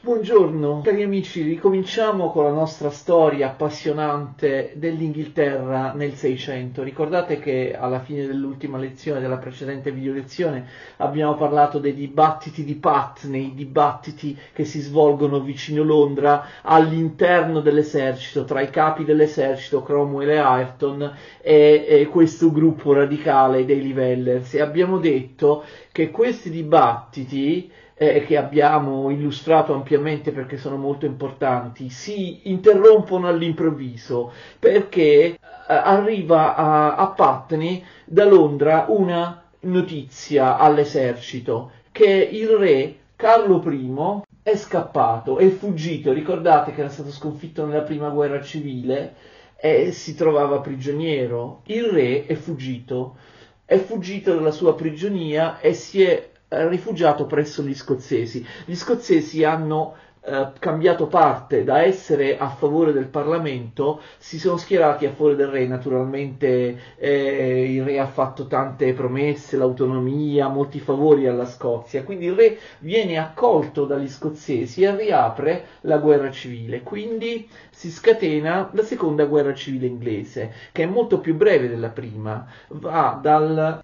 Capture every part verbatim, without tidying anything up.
Buongiorno cari amici, ricominciamo con la nostra storia appassionante dell'Inghilterra nel Seicento. Ricordate che alla fine dell'ultima lezione, della precedente video lezione, abbiamo parlato dei dibattiti di Putney, dibattiti che si svolgono vicino Londra all'interno dell'esercito, tra i capi dell'esercito Cromwell e Ayrton e, e questo gruppo radicale dei Livellers, e abbiamo detto che questi dibattiti Eh, che abbiamo illustrato ampiamente perché sono molto importanti, si interrompono all'improvviso perché eh, arriva a, a Putney da Londra una notizia all'esercito che il re Carlo primo è scappato, è fuggito. Ricordate che era stato sconfitto nella prima guerra civile e si trovava prigioniero. Il re è fuggito, è fuggito dalla sua prigionia e si è rifugiato presso gli scozzesi. Gli scozzesi hanno eh, cambiato parte, da essere a favore del Parlamento si sono schierati a favore del re. Naturalmente eh, il re ha fatto tante promesse, l'autonomia, molti favori alla Scozia, quindi il re viene accolto dagli scozzesi e riapre la guerra civile. Quindi si scatena la seconda guerra civile inglese, che è molto più breve della prima, va dal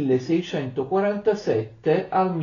milleseicentoquarantasette al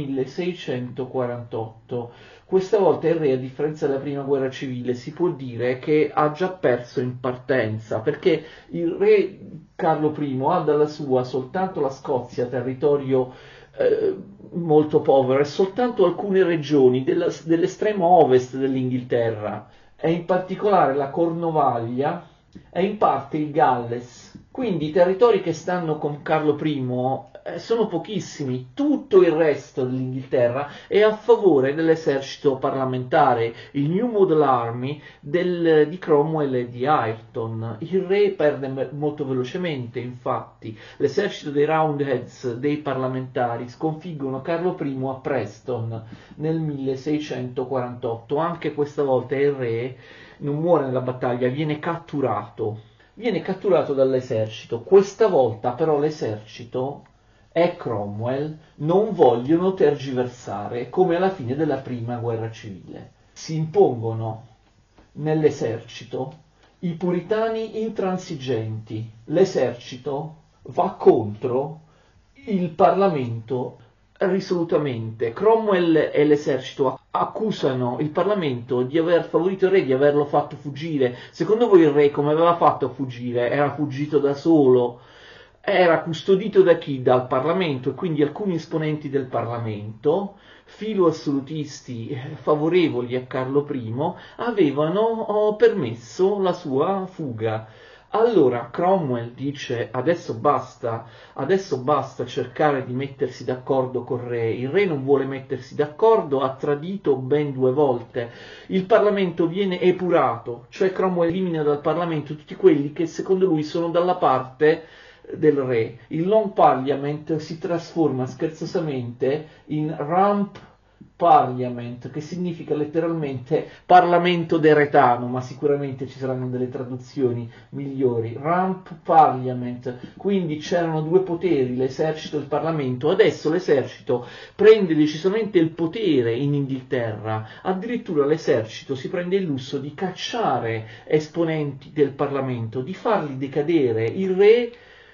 milleseicentoquarantotto. Questa volta il re, a differenza della prima guerra civile, si può dire che ha già perso in partenza, perché il re Carlo primo ha dalla sua soltanto la Scozia, territorio eh, molto povero, e soltanto alcune regioni della, dell'estremo ovest dell'Inghilterra, e in particolare la Cornovaglia e in parte il Galles. Quindi i territori che stanno con Carlo primo eh, sono pochissimi. Tutto il resto dell'Inghilterra è a favore dell'esercito parlamentare, il New Model Army del, di Cromwell e di Ayrton. Il re perde molto velocemente, infatti. L'esercito dei Roundheads, dei parlamentari, sconfiggono Carlo primo a Preston nel milleseicentoquarantotto. Anche questa volta il re non muore nella battaglia, viene catturato. Viene catturato dall'esercito. Questa volta però l'esercito e Cromwell non vogliono tergiversare come alla fine della prima guerra civile. Si impongono nell'esercito i puritani intransigenti. L'esercito va contro il Parlamento risolutamente. Cromwell e l'esercito accusano il Parlamento di aver favorito il re, di averlo fatto fuggire. Secondo voi il re come aveva fatto a fuggire? Era fuggito da solo? Era custodito da chi? Dal Parlamento, e quindi alcuni esponenti del Parlamento, filo-assolutisti favorevoli a Carlo primo, avevano permesso la sua fuga. Allora Cromwell dice: adesso basta, adesso basta cercare di mettersi d'accordo col re. Il re non vuole mettersi d'accordo, ha tradito ben due volte. Il Parlamento viene epurato, cioè Cromwell elimina dal Parlamento tutti quelli che secondo lui sono dalla parte del re. Il Long Parliament si trasforma scherzosamente in Rump Parliament, che significa letteralmente Parlamento deretano, ma sicuramente ci saranno delle traduzioni migliori. Rump Parliament, quindi c'erano due poteri, l'esercito e il Parlamento. Adesso l'esercito prende decisamente il potere in Inghilterra, addirittura l'esercito si prende il lusso di cacciare esponenti del Parlamento, di farli decadere. Il re,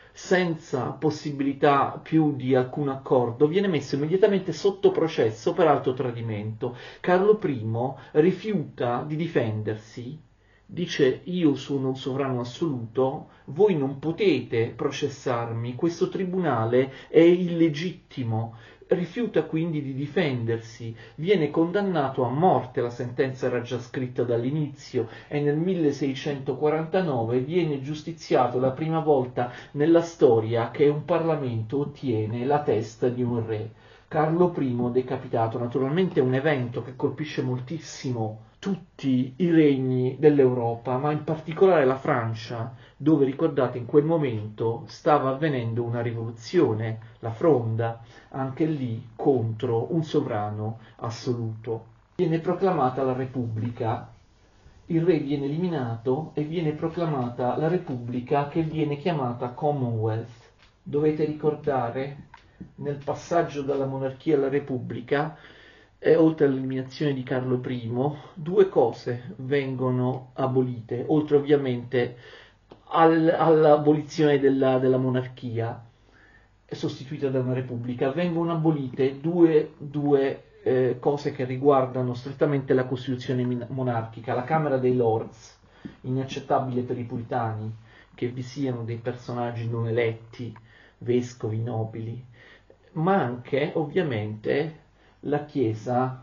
senza possibilità più di alcun accordo, viene messo immediatamente sotto processo per alto tradimento. Carlo primo rifiuta di difendersi, dice: io sono un sovrano assoluto, voi non potete processarmi, questo tribunale è illegittimo. Rifiuta quindi di difendersi, viene condannato a morte, la sentenza era già scritta dall'inizio, e nel milleseicentoquarantanove viene giustiziato la prima volta nella storia che un Parlamento ottiene la testa di un re. Carlo primo decapitato. Naturalmente è un evento che colpisce moltissimo tutti i regni dell'Europa, ma in particolare la Francia, dove, ricordate, in quel momento stava avvenendo una rivoluzione, la Fronda, anche lì contro un sovrano assoluto. Viene proclamata la Repubblica, il re viene eliminato e viene proclamata la Repubblica, che viene chiamata Commonwealth. Dovete ricordare, nel passaggio dalla monarchia alla Repubblica, e oltre all'eliminazione di Carlo primo, due cose vengono abolite, oltre ovviamente al, all'abolizione della, della monarchia, sostituita da una repubblica, vengono abolite due, due eh, cose che riguardano strettamente la Costituzione monarchica. La Camera dei Lords, inaccettabile per i puritani che vi siano dei personaggi non eletti, vescovi, nobili, ma anche ovviamente la Chiesa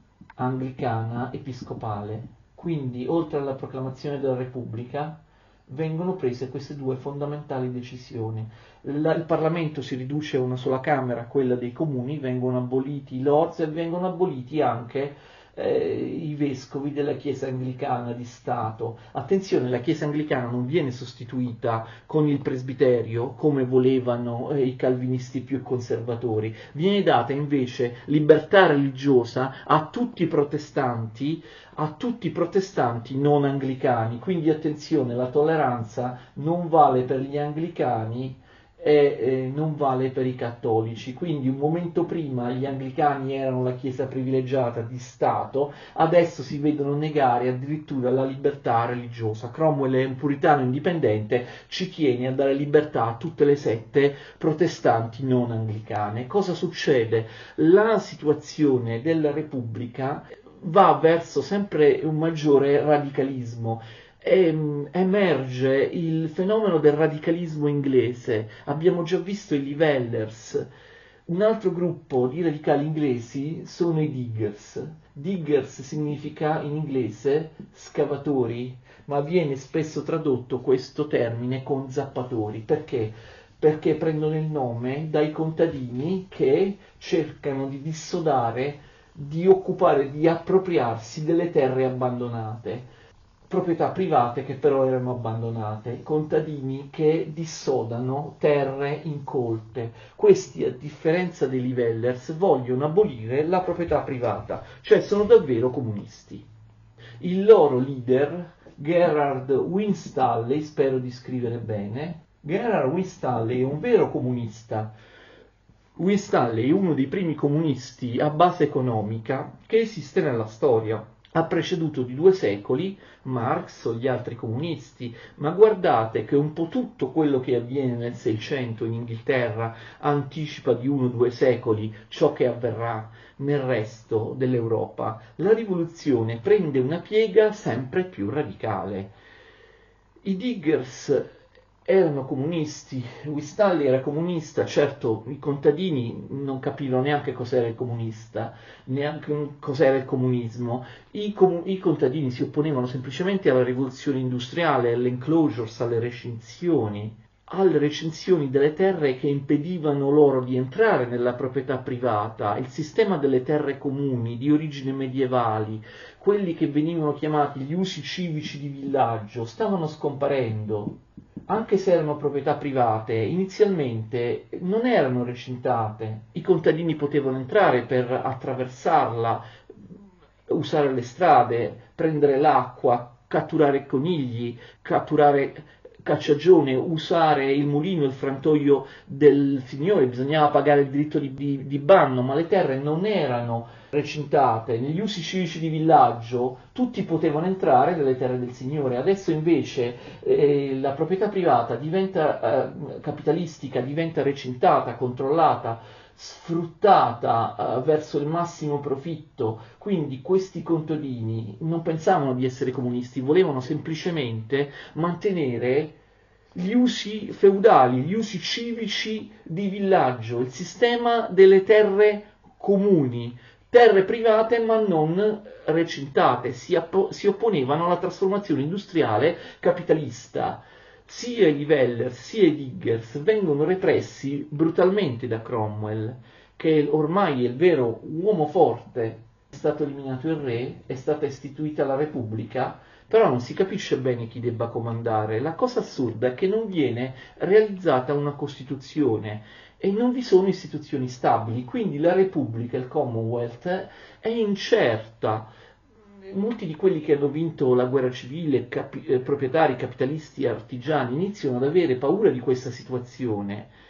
anglicana episcopale. Quindi, oltre alla proclamazione della Repubblica, vengono prese queste due fondamentali decisioni. La, il Parlamento si riduce a una sola Camera, quella dei comuni, vengono aboliti i Lords e vengono aboliti anche eh, i vescovi della Chiesa anglicana di Stato. Attenzione, la Chiesa anglicana non viene sostituita con il presbiterio come volevano eh, i calvinisti più conservatori, viene data invece libertà religiosa a tutti i protestanti, a tutti i protestanti non anglicani. Quindi attenzione, la tolleranza non vale per gli anglicani e eh, non vale per i cattolici. Quindi un momento prima gli anglicani erano la chiesa privilegiata di Stato, adesso si vedono negare addirittura la libertà religiosa. Cromwell è un puritano indipendente, ci tiene a dare libertà a tutte le sette protestanti non anglicane. Cosa succede? La situazione della Repubblica va verso sempre un maggiore radicalismo. E, emerge il fenomeno del radicalismo inglese. Abbiamo già visto i Livellers. Un altro gruppo di radicali inglesi sono i Diggers. Diggers significa in inglese scavatori, ma viene spesso tradotto questo termine con zappatori. Perché? Perché prendono il nome dai contadini che cercano di dissodare, di occupare, di appropriarsi delle terre abbandonate. Proprietà private che però erano abbandonate, contadini che dissodano terre incolte. Questi, a differenza dei Livellers, vogliono abolire la proprietà privata, cioè sono davvero comunisti. Il loro leader, Gerard Winstanley, spero di scrivere bene, Gerard Winstanley è un vero comunista. Winstanley è uno dei primi comunisti a base economica che esiste nella storia. Ha preceduto di due secoli Marx o gli altri comunisti, ma guardate che un po' tutto quello che avviene nel Seicento in Inghilterra anticipa di uno o due secoli ciò che avverrà nel resto dell'Europa. La rivoluzione prende una piega sempre più radicale. I Diggers erano comunisti, Winstanley era comunista, certo i contadini non capirono neanche cos'era il comunista, neanche cos'era il comunismo, I, com- i contadini si opponevano semplicemente alla rivoluzione industriale, alle enclosures, alle recinzioni, alle recinzioni delle terre che impedivano loro di entrare nella proprietà privata. Il sistema delle terre comuni di origine medievali, quelli che venivano chiamati gli usi civici di villaggio, stavano scomparendo. Anche se erano proprietà private, inizialmente non erano recintate. I contadini potevano entrare per attraversarla, usare le strade, prendere l'acqua, catturare conigli, catturare cacciagione, usare il mulino, il frantoio del signore, bisognava pagare il diritto di, di, di banno, ma le terre non erano recintate. Negli usi civici di villaggio tutti potevano entrare nelle terre del signore. Adesso invece eh, la proprietà privata diventa eh, capitalistica, diventa recintata, controllata, sfruttata eh, verso il massimo profitto. Quindi questi contadini non pensavano di essere comunisti, volevano semplicemente mantenere gli usi feudali, gli usi civici di villaggio, il sistema delle terre comuni, terre private ma non recintate. Si, appo- si opponevano alla trasformazione industriale capitalista. Sia i Livellers sia i Diggers vengono repressi brutalmente da Cromwell, che ormai è il vero uomo forte. È stato eliminato il re, è stata istituita la Repubblica, però non si capisce bene chi debba comandare. La cosa assurda è che non viene realizzata una Costituzione e non vi sono istituzioni stabili, quindi la Repubblica, il Commonwealth, è incerta. Molti di quelli che hanno vinto la guerra civile, capi- eh, proprietari, capitalisti, artigiani, iniziano ad avere paura di questa situazione.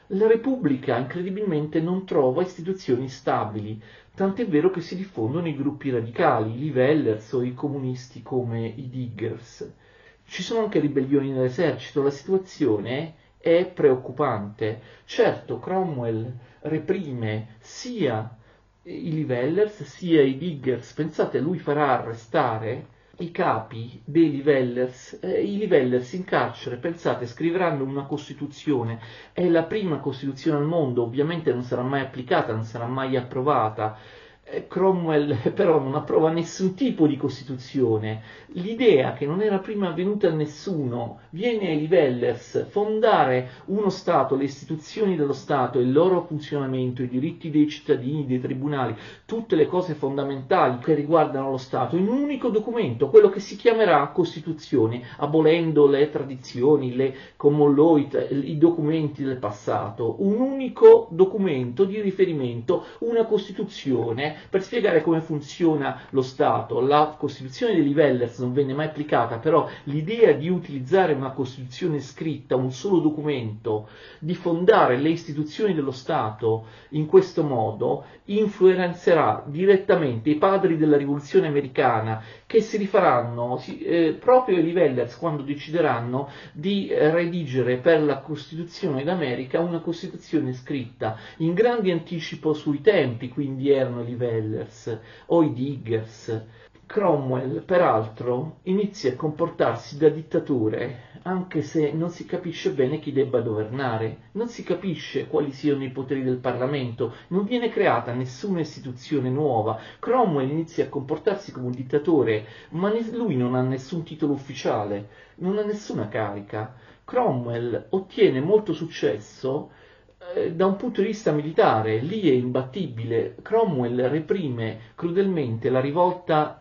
La Repubblica incredibilmente non trova istituzioni stabili, tant'è vero che si diffondono i gruppi radicali, i Livellers o i comunisti come i Diggers. Ci sono anche ribellioni nell'esercito, la situazione è preoccupante. Certo, Cromwell reprime sia i Livellers sia i Diggers. Pensate, lui farà arrestare i capi dei Livellers, eh, i Livellers in carcere, pensate, scriveranno una Costituzione, è la prima Costituzione al mondo, ovviamente non sarà mai applicata, non sarà mai approvata. Eh, Cromwell però non approva nessun tipo di Costituzione, l'idea che non era prima avvenuta a nessuno, viene ai Livellers, fondare uno Stato, le istituzioni dello Stato, il loro funzionamento, i diritti dei cittadini, dei tribunali, tutte le cose fondamentali che riguardano lo Stato, in un unico documento, quello che si chiamerà Costituzione, abolendo le tradizioni, le common law, i, i documenti del passato, un unico documento di riferimento, una Costituzione, per spiegare come funziona lo Stato. La Costituzione dei Livellers non venne mai applicata, però l'idea di utilizzare una Costituzione scritta, un solo documento, di fondare le istituzioni dello Stato in questo modo, influenzerà direttamente i padri della rivoluzione americana, che si rifaranno eh, proprio ai Livellers quando decideranno di eh, redigere per la Costituzione d'America una Costituzione scritta in grande anticipo sui tempi, quindi erano i Livellers o i Diggers. Cromwell, peraltro, inizia a comportarsi da dittatore, anche se non si capisce bene chi debba governare, non si capisce quali siano i poteri del Parlamento, non viene creata nessuna istituzione nuova. Cromwell inizia a comportarsi come un dittatore, ma lui non ha nessun titolo ufficiale, non ha nessuna carica. Cromwell ottiene molto successo eh, da un punto di vista militare, lì è imbattibile. Cromwell reprime crudelmente la rivolta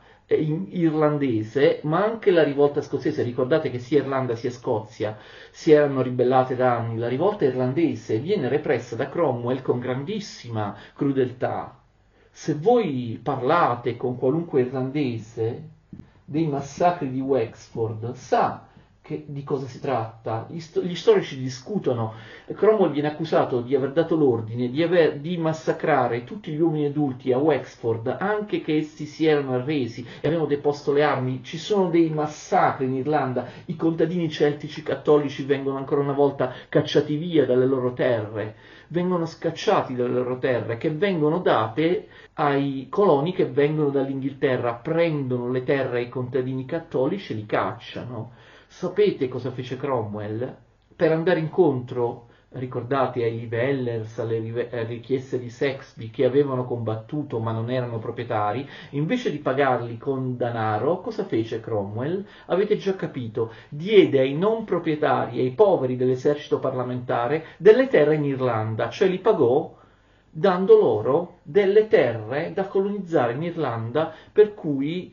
irlandese, ma anche la rivolta scozzese. Ricordate che sia Irlanda sia Scozia si erano ribellate da anni. La rivolta irlandese viene repressa da Cromwell con grandissima crudeltà. Se voi parlate con qualunque irlandese dei massacri di Wexford, sa che, di cosa si tratta. Gli, sto- gli storici discutono. Cromwell viene accusato di aver dato l'ordine di, aver, di massacrare tutti gli uomini adulti a Wexford, anche che essi si erano arresi e avevano deposto le armi. Ci sono dei massacri in Irlanda, i contadini celtici cattolici vengono ancora una volta cacciati via dalle loro terre, vengono scacciati dalle loro terre, che vengono date ai coloni che vengono dall'Inghilterra, prendono le terre ai contadini cattolici e li cacciano. Sapete cosa fece Cromwell? Per andare incontro, ricordate, ai Livellers, alle, rive- alle richieste di Saxby che avevano combattuto ma non erano proprietari, invece di pagarli con denaro, cosa fece Cromwell? Avete già capito, diede ai non proprietari, ai poveri dell'esercito parlamentare, delle terre in Irlanda, cioè li pagò dando loro delle terre da colonizzare in Irlanda, per cui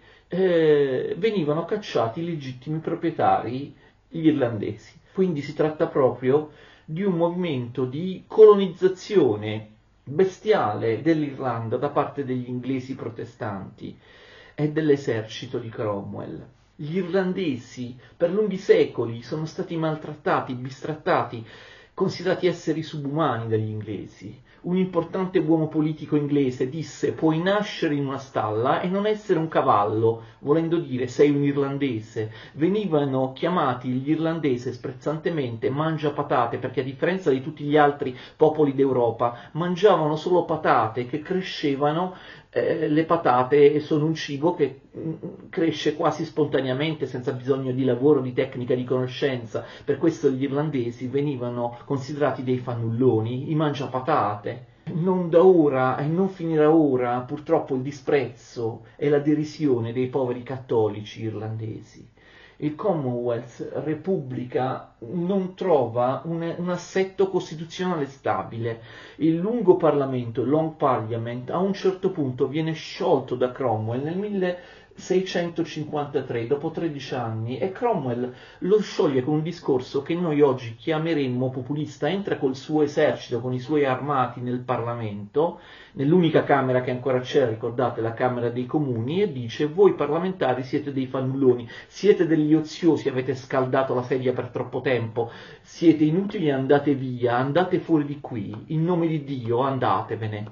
eh, venivano cacciati i legittimi proprietari, gli irlandesi. Quindi si tratta proprio di un movimento di colonizzazione bestiale dell'Irlanda da parte degli inglesi protestanti e dell'esercito di Cromwell. Gli irlandesi per lunghi secoli sono stati maltrattati, bistrattati, considerati esseri subumani dagli inglesi. Un importante uomo politico inglese disse: puoi nascere in una stalla e non essere un cavallo, volendo dire sei un irlandese. Venivano chiamati gli irlandesi sprezzantemente mangiapatate, perché a differenza di tutti gli altri popoli d'Europa mangiavano solo patate che crescevano. Eh, le patate sono un cibo che mh, cresce quasi spontaneamente, senza bisogno di lavoro, di tecnica, di conoscenza. Per questo gli irlandesi venivano considerati dei fannulloni, i mangiapatate. Non da ora e non finirà ora, purtroppo, il disprezzo e la derisione dei poveri cattolici irlandesi. Il Commonwealth, Repubblica, non trova un, un assetto costituzionale stabile. Il lungo Parlamento, il Long Parliament, a un certo punto viene sciolto da Cromwell nel milleseicentocinquantatré, dopo tredici anni, e Cromwell lo scioglie con un discorso che noi oggi chiameremmo populista. Entra col suo esercito, con i suoi armati nel Parlamento, nell'unica Camera che ancora c'è, ricordate, la Camera dei Comuni, e dice: voi parlamentari siete dei fannulloni, siete degli oziosi, avete scaldato la sedia per troppo tempo, siete inutili, andate via, andate fuori di qui, in nome di Dio andatevene.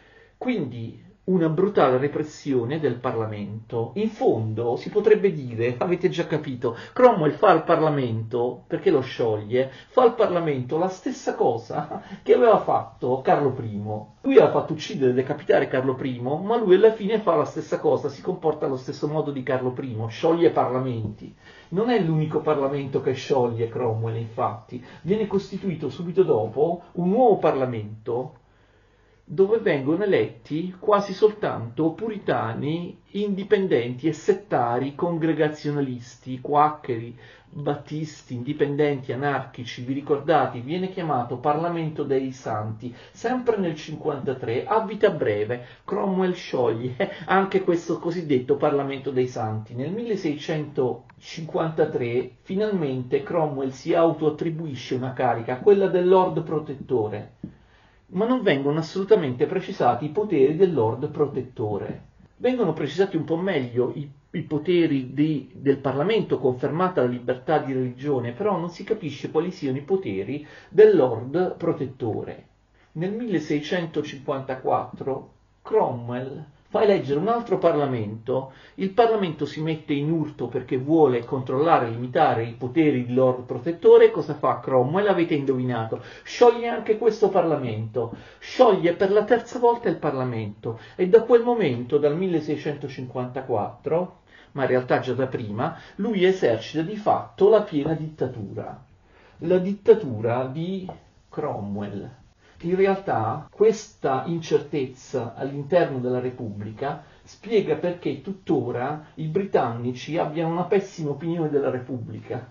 Quindi una brutale repressione del Parlamento. In fondo si potrebbe dire, avete già capito, Cromwell fa al Parlamento, perché lo scioglie, fa al Parlamento la stessa cosa che aveva fatto Carlo primo. Lui aveva fatto uccidere e decapitare Carlo primo, ma lui alla fine fa la stessa cosa, si comporta allo stesso modo di Carlo primo, scioglie parlamenti. Non è l'unico Parlamento che scioglie Cromwell, infatti. Viene costituito subito dopo un nuovo Parlamento dove vengono eletti quasi soltanto puritani, indipendenti e settari, congregazionalisti, quaccheri, battisti, indipendenti, anarchici. Vi ricordate? Viene chiamato Parlamento dei Santi, sempre nel cinquantatré, a vita breve. Cromwell scioglie anche questo cosiddetto Parlamento dei Santi. Nel milleseicentocinquantatré finalmente Cromwell si autoattribuisce una carica, quella del Lord Protettore, ma non vengono assolutamente precisati i poteri del Lord Protettore. Vengono precisati un po' meglio i, i poteri di, del Parlamento, confermata la libertà di religione, però non si capisce quali siano i poteri del Lord Protettore. Nel milleseicentocinquantaquattro Cromwell fa eleggere un altro Parlamento, il Parlamento si mette in urto perché vuole controllare e limitare i poteri del Lord Protettore. Cosa fa Cromwell? Avete indovinato, scioglie anche questo Parlamento, scioglie per la terza volta il Parlamento, e da quel momento, dal milleseicentocinquantaquattro, ma in realtà già da prima, lui esercita di fatto la piena dittatura, la dittatura di Cromwell. In realtà questa incertezza all'interno della Repubblica spiega perché tuttora i britannici abbiano una pessima opinione della Repubblica.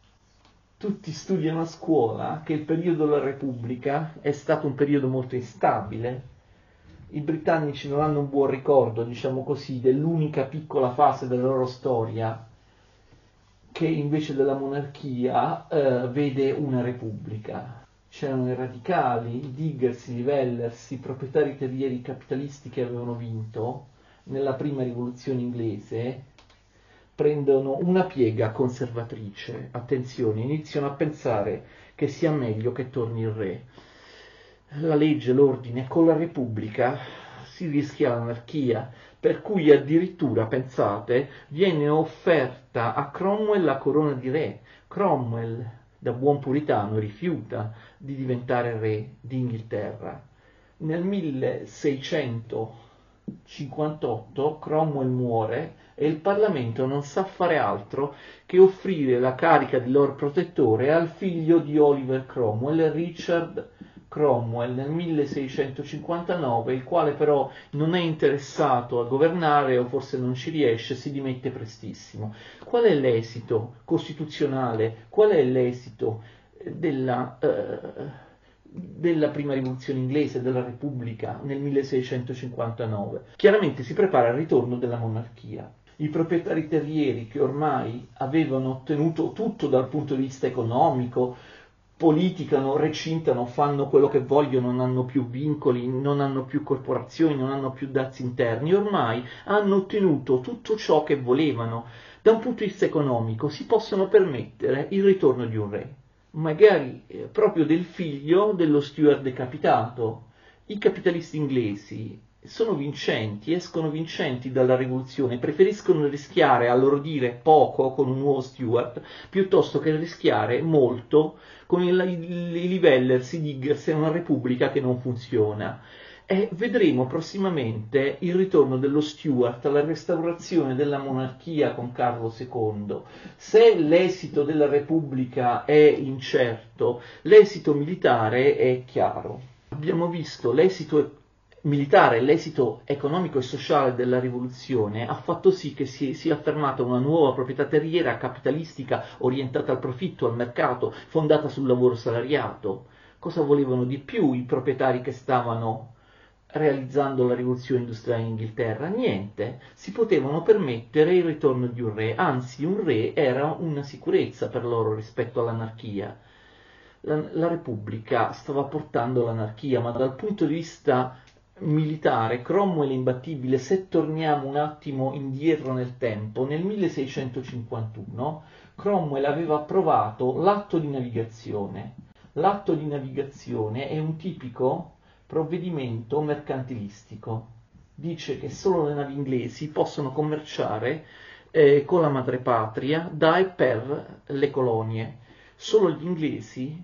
Tutti studiano a scuola che il periodo della Repubblica è stato un periodo molto instabile. I britannici non hanno un buon ricordo, diciamo così, dell'unica piccola fase della loro storia che invece della monarchia eh, vede una Repubblica. C'erano i radicali, i Diggers, i Livellers, i proprietari terrieri capitalisti che avevano vinto nella prima rivoluzione inglese, prendono una piega conservatrice. Attenzione, iniziano a pensare che sia meglio che torni il re. La legge, l'ordine, con la Repubblica si rischia l'anarchia, per cui addirittura, pensate, viene offerta a Cromwell la corona di re. Cromwell, da buon puritano, rifiuta di diventare re d'Inghilterra. Nel milleseicentocinquantotto Cromwell muore e il Parlamento non sa fare altro che offrire la carica di Lord Protettore al figlio di Oliver Cromwell, Richard Cromwell, nel milleseicentocinquantanove, il quale però non è interessato a governare, o forse non ci riesce, si dimette prestissimo. Qual è l'esito costituzionale? Qual è l'esito della, eh, della prima rivoluzione inglese, della Repubblica, nel milleseicentocinquantanove? Chiaramente si prepara il ritorno della monarchia. I proprietari terrieri, che ormai avevano ottenuto tutto dal punto di vista economico, politicano, recintano, fanno quello che vogliono, non hanno più vincoli, non hanno più corporazioni, non hanno più dazi interni, ormai hanno ottenuto tutto ciò che volevano. Da un punto di vista economico si possono permettere il ritorno di un re, magari eh, proprio del figlio dello steward decapitato. I capitalisti inglesi sono vincenti, escono vincenti dalla rivoluzione, preferiscono rischiare, a loro dire, poco con un nuovo steward, piuttosto che rischiare molto con il, i, i Livellers, i Diggers e una repubblica che non funziona. E vedremo prossimamente il ritorno dello Stuart, la restaurazione della monarchia con Carlo secondo. Se l'esito della Repubblica è incerto, l'esito militare è chiaro. Abbiamo visto l'esito militare, l'esito economico e sociale della rivoluzione ha fatto sì che si sia affermata una nuova proprietà terriera capitalistica orientata al profitto, al mercato, fondata sul lavoro salariato. Cosa volevano di più i proprietari che stavano realizzando la rivoluzione industriale in Inghilterra? Niente, si potevano permettere il ritorno di un re, anzi un re era una sicurezza per loro rispetto all'anarchia. La, la Repubblica stava portando l'anarchia, ma dal punto di vista militare Cromwell è imbattibile. Se torniamo un attimo indietro nel tempo, nel milleseicentocinquantuno Cromwell aveva approvato l'atto di navigazione. L'atto di navigazione è un tipico provvedimento mercantilistico. Dice che solo le navi inglesi possono commerciare eh, con la madrepatria da e per le colonie. Solo gli inglesi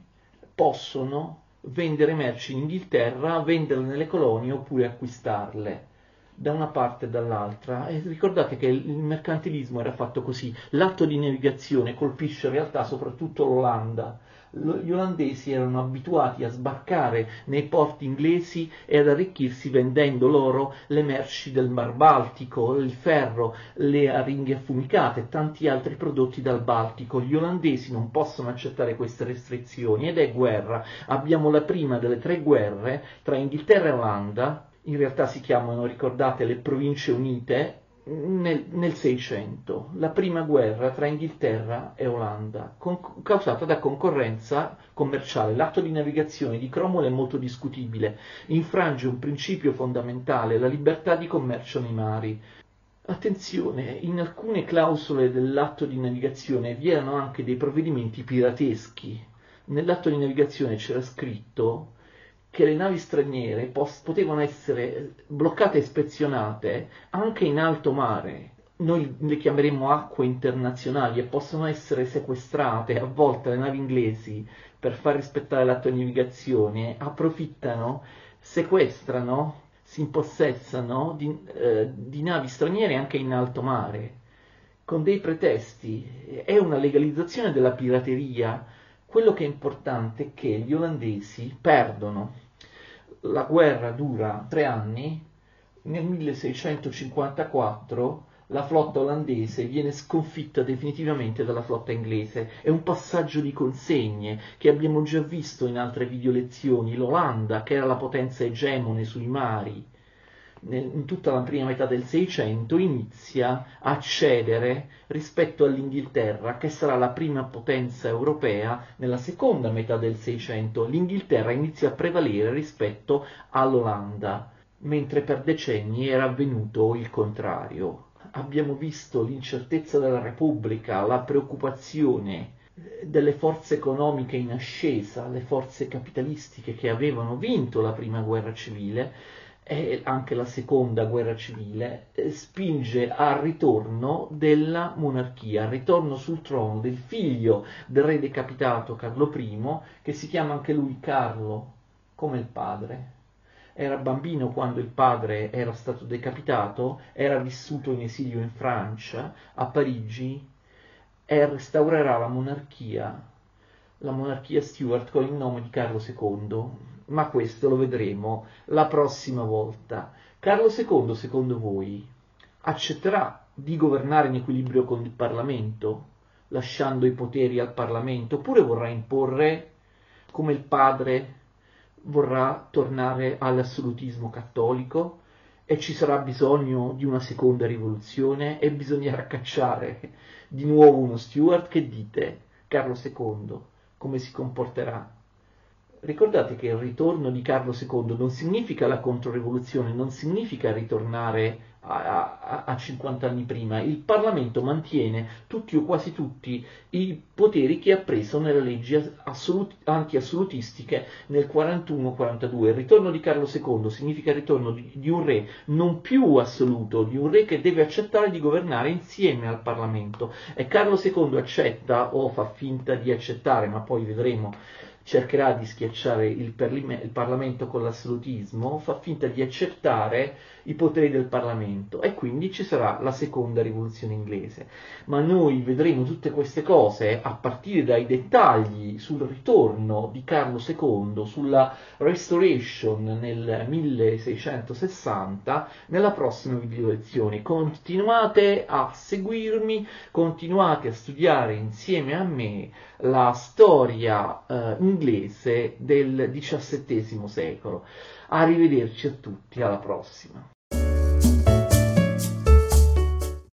possono vendere merci in Inghilterra, venderle nelle colonie oppure acquistarle da una parte e dall'altra. E ricordate che il mercantilismo era fatto così. L'atto di navigazione colpisce in realtà soprattutto l'Olanda. Gli olandesi erano abituati a sbarcare nei porti inglesi e ad arricchirsi vendendo loro le merci del Mar Baltico, il ferro, le aringhe affumicate e tanti altri prodotti dal Baltico. Gli olandesi non possono accettare queste restrizioni ed è guerra. Abbiamo la prima delle tre guerre tra Inghilterra e Olanda, in realtà si chiamano, ricordate, le Province Unite, nel, nel Seicento, la prima guerra tra Inghilterra e Olanda, con, causata da concorrenza commerciale. L'atto di navigazione di Cromwell è molto discutibile, infrange un principio fondamentale, la libertà di commercio nei mari. Attenzione, in alcune clausole dell'atto di navigazione vi erano anche dei provvedimenti pirateschi. Nell'atto di navigazione c'era scritto che le navi straniere potevano essere bloccate e ispezionate anche in alto mare. Noi le chiameremmo acque internazionali e possono essere sequestrate. A volte le navi inglesi, per far rispettare l'atto di navigazione, approfittano, sequestrano, si impossessano di, eh, di navi straniere anche in alto mare, con dei pretesti. È una legalizzazione della pirateria. Quello che è importante è che gli olandesi perdono. La guerra dura tre anni, nel milleseicentocinquantaquattro la flotta olandese viene sconfitta definitivamente dalla flotta inglese. È un passaggio di consegne che abbiamo già visto in altre video lezioni. L'Olanda, che era la potenza egemone sui mari, in tutta la prima metà del Seicento, inizia a cedere rispetto all'Inghilterra, che sarà la prima potenza europea nella seconda metà del Seicento. L'Inghilterra inizia a prevalere rispetto all'Olanda, mentre per decenni era avvenuto il contrario. Abbiamo visto l'incertezza della Repubblica, la preoccupazione delle forze economiche in ascesa, le forze capitalistiche che avevano vinto la prima guerra civile e anche la seconda guerra civile, eh, spinge al ritorno della monarchia, al ritorno sul trono del figlio del re decapitato Carlo primo, che si chiama anche lui Carlo, come il padre. Era bambino quando il padre era stato decapitato, era vissuto in esilio in Francia, a Parigi, e restaurerà la monarchia, la monarchia Stuart con il nome di Carlo secondo. Ma questo lo vedremo la prossima volta. Carlo secondo, secondo voi, accetterà di governare in equilibrio con il Parlamento, lasciando i poteri al Parlamento, oppure vorrà imporre, come il padre, vorrà tornare all'assolutismo cattolico e ci sarà bisogno di una seconda rivoluzione e bisognerà cacciare di nuovo uno Stuart? Che dite? Carlo secondo, come si comporterà? Ricordate che il ritorno di Carlo secondo non significa la controrivoluzione, non significa ritornare a, a, a cinquanta anni prima. Il Parlamento mantiene tutti o quasi tutti i poteri che ha preso nelle leggi assolut- anti-assolutistiche nel quarantuno quarantadue. Il ritorno di Carlo secondo significa il ritorno di, di un re non più assoluto, di un re che deve accettare di governare insieme al Parlamento. E Carlo secondo accetta o fa finta di accettare, ma poi vedremo, cercherà di schiacciare il, perlime- il Parlamento con l'assolutismo, fa finta di accettare i poteri del Parlamento e quindi ci sarà la seconda rivoluzione inglese. Ma noi vedremo tutte queste cose a partire dai dettagli sul ritorno di Carlo secondo, sulla Restoration nel milleseicentosessanta, nella prossima video lezione. Continuate a seguirmi, continuate a studiare insieme a me la storia eh, inglese del diciassettesimo secolo. Arrivederci a tutti, alla prossima.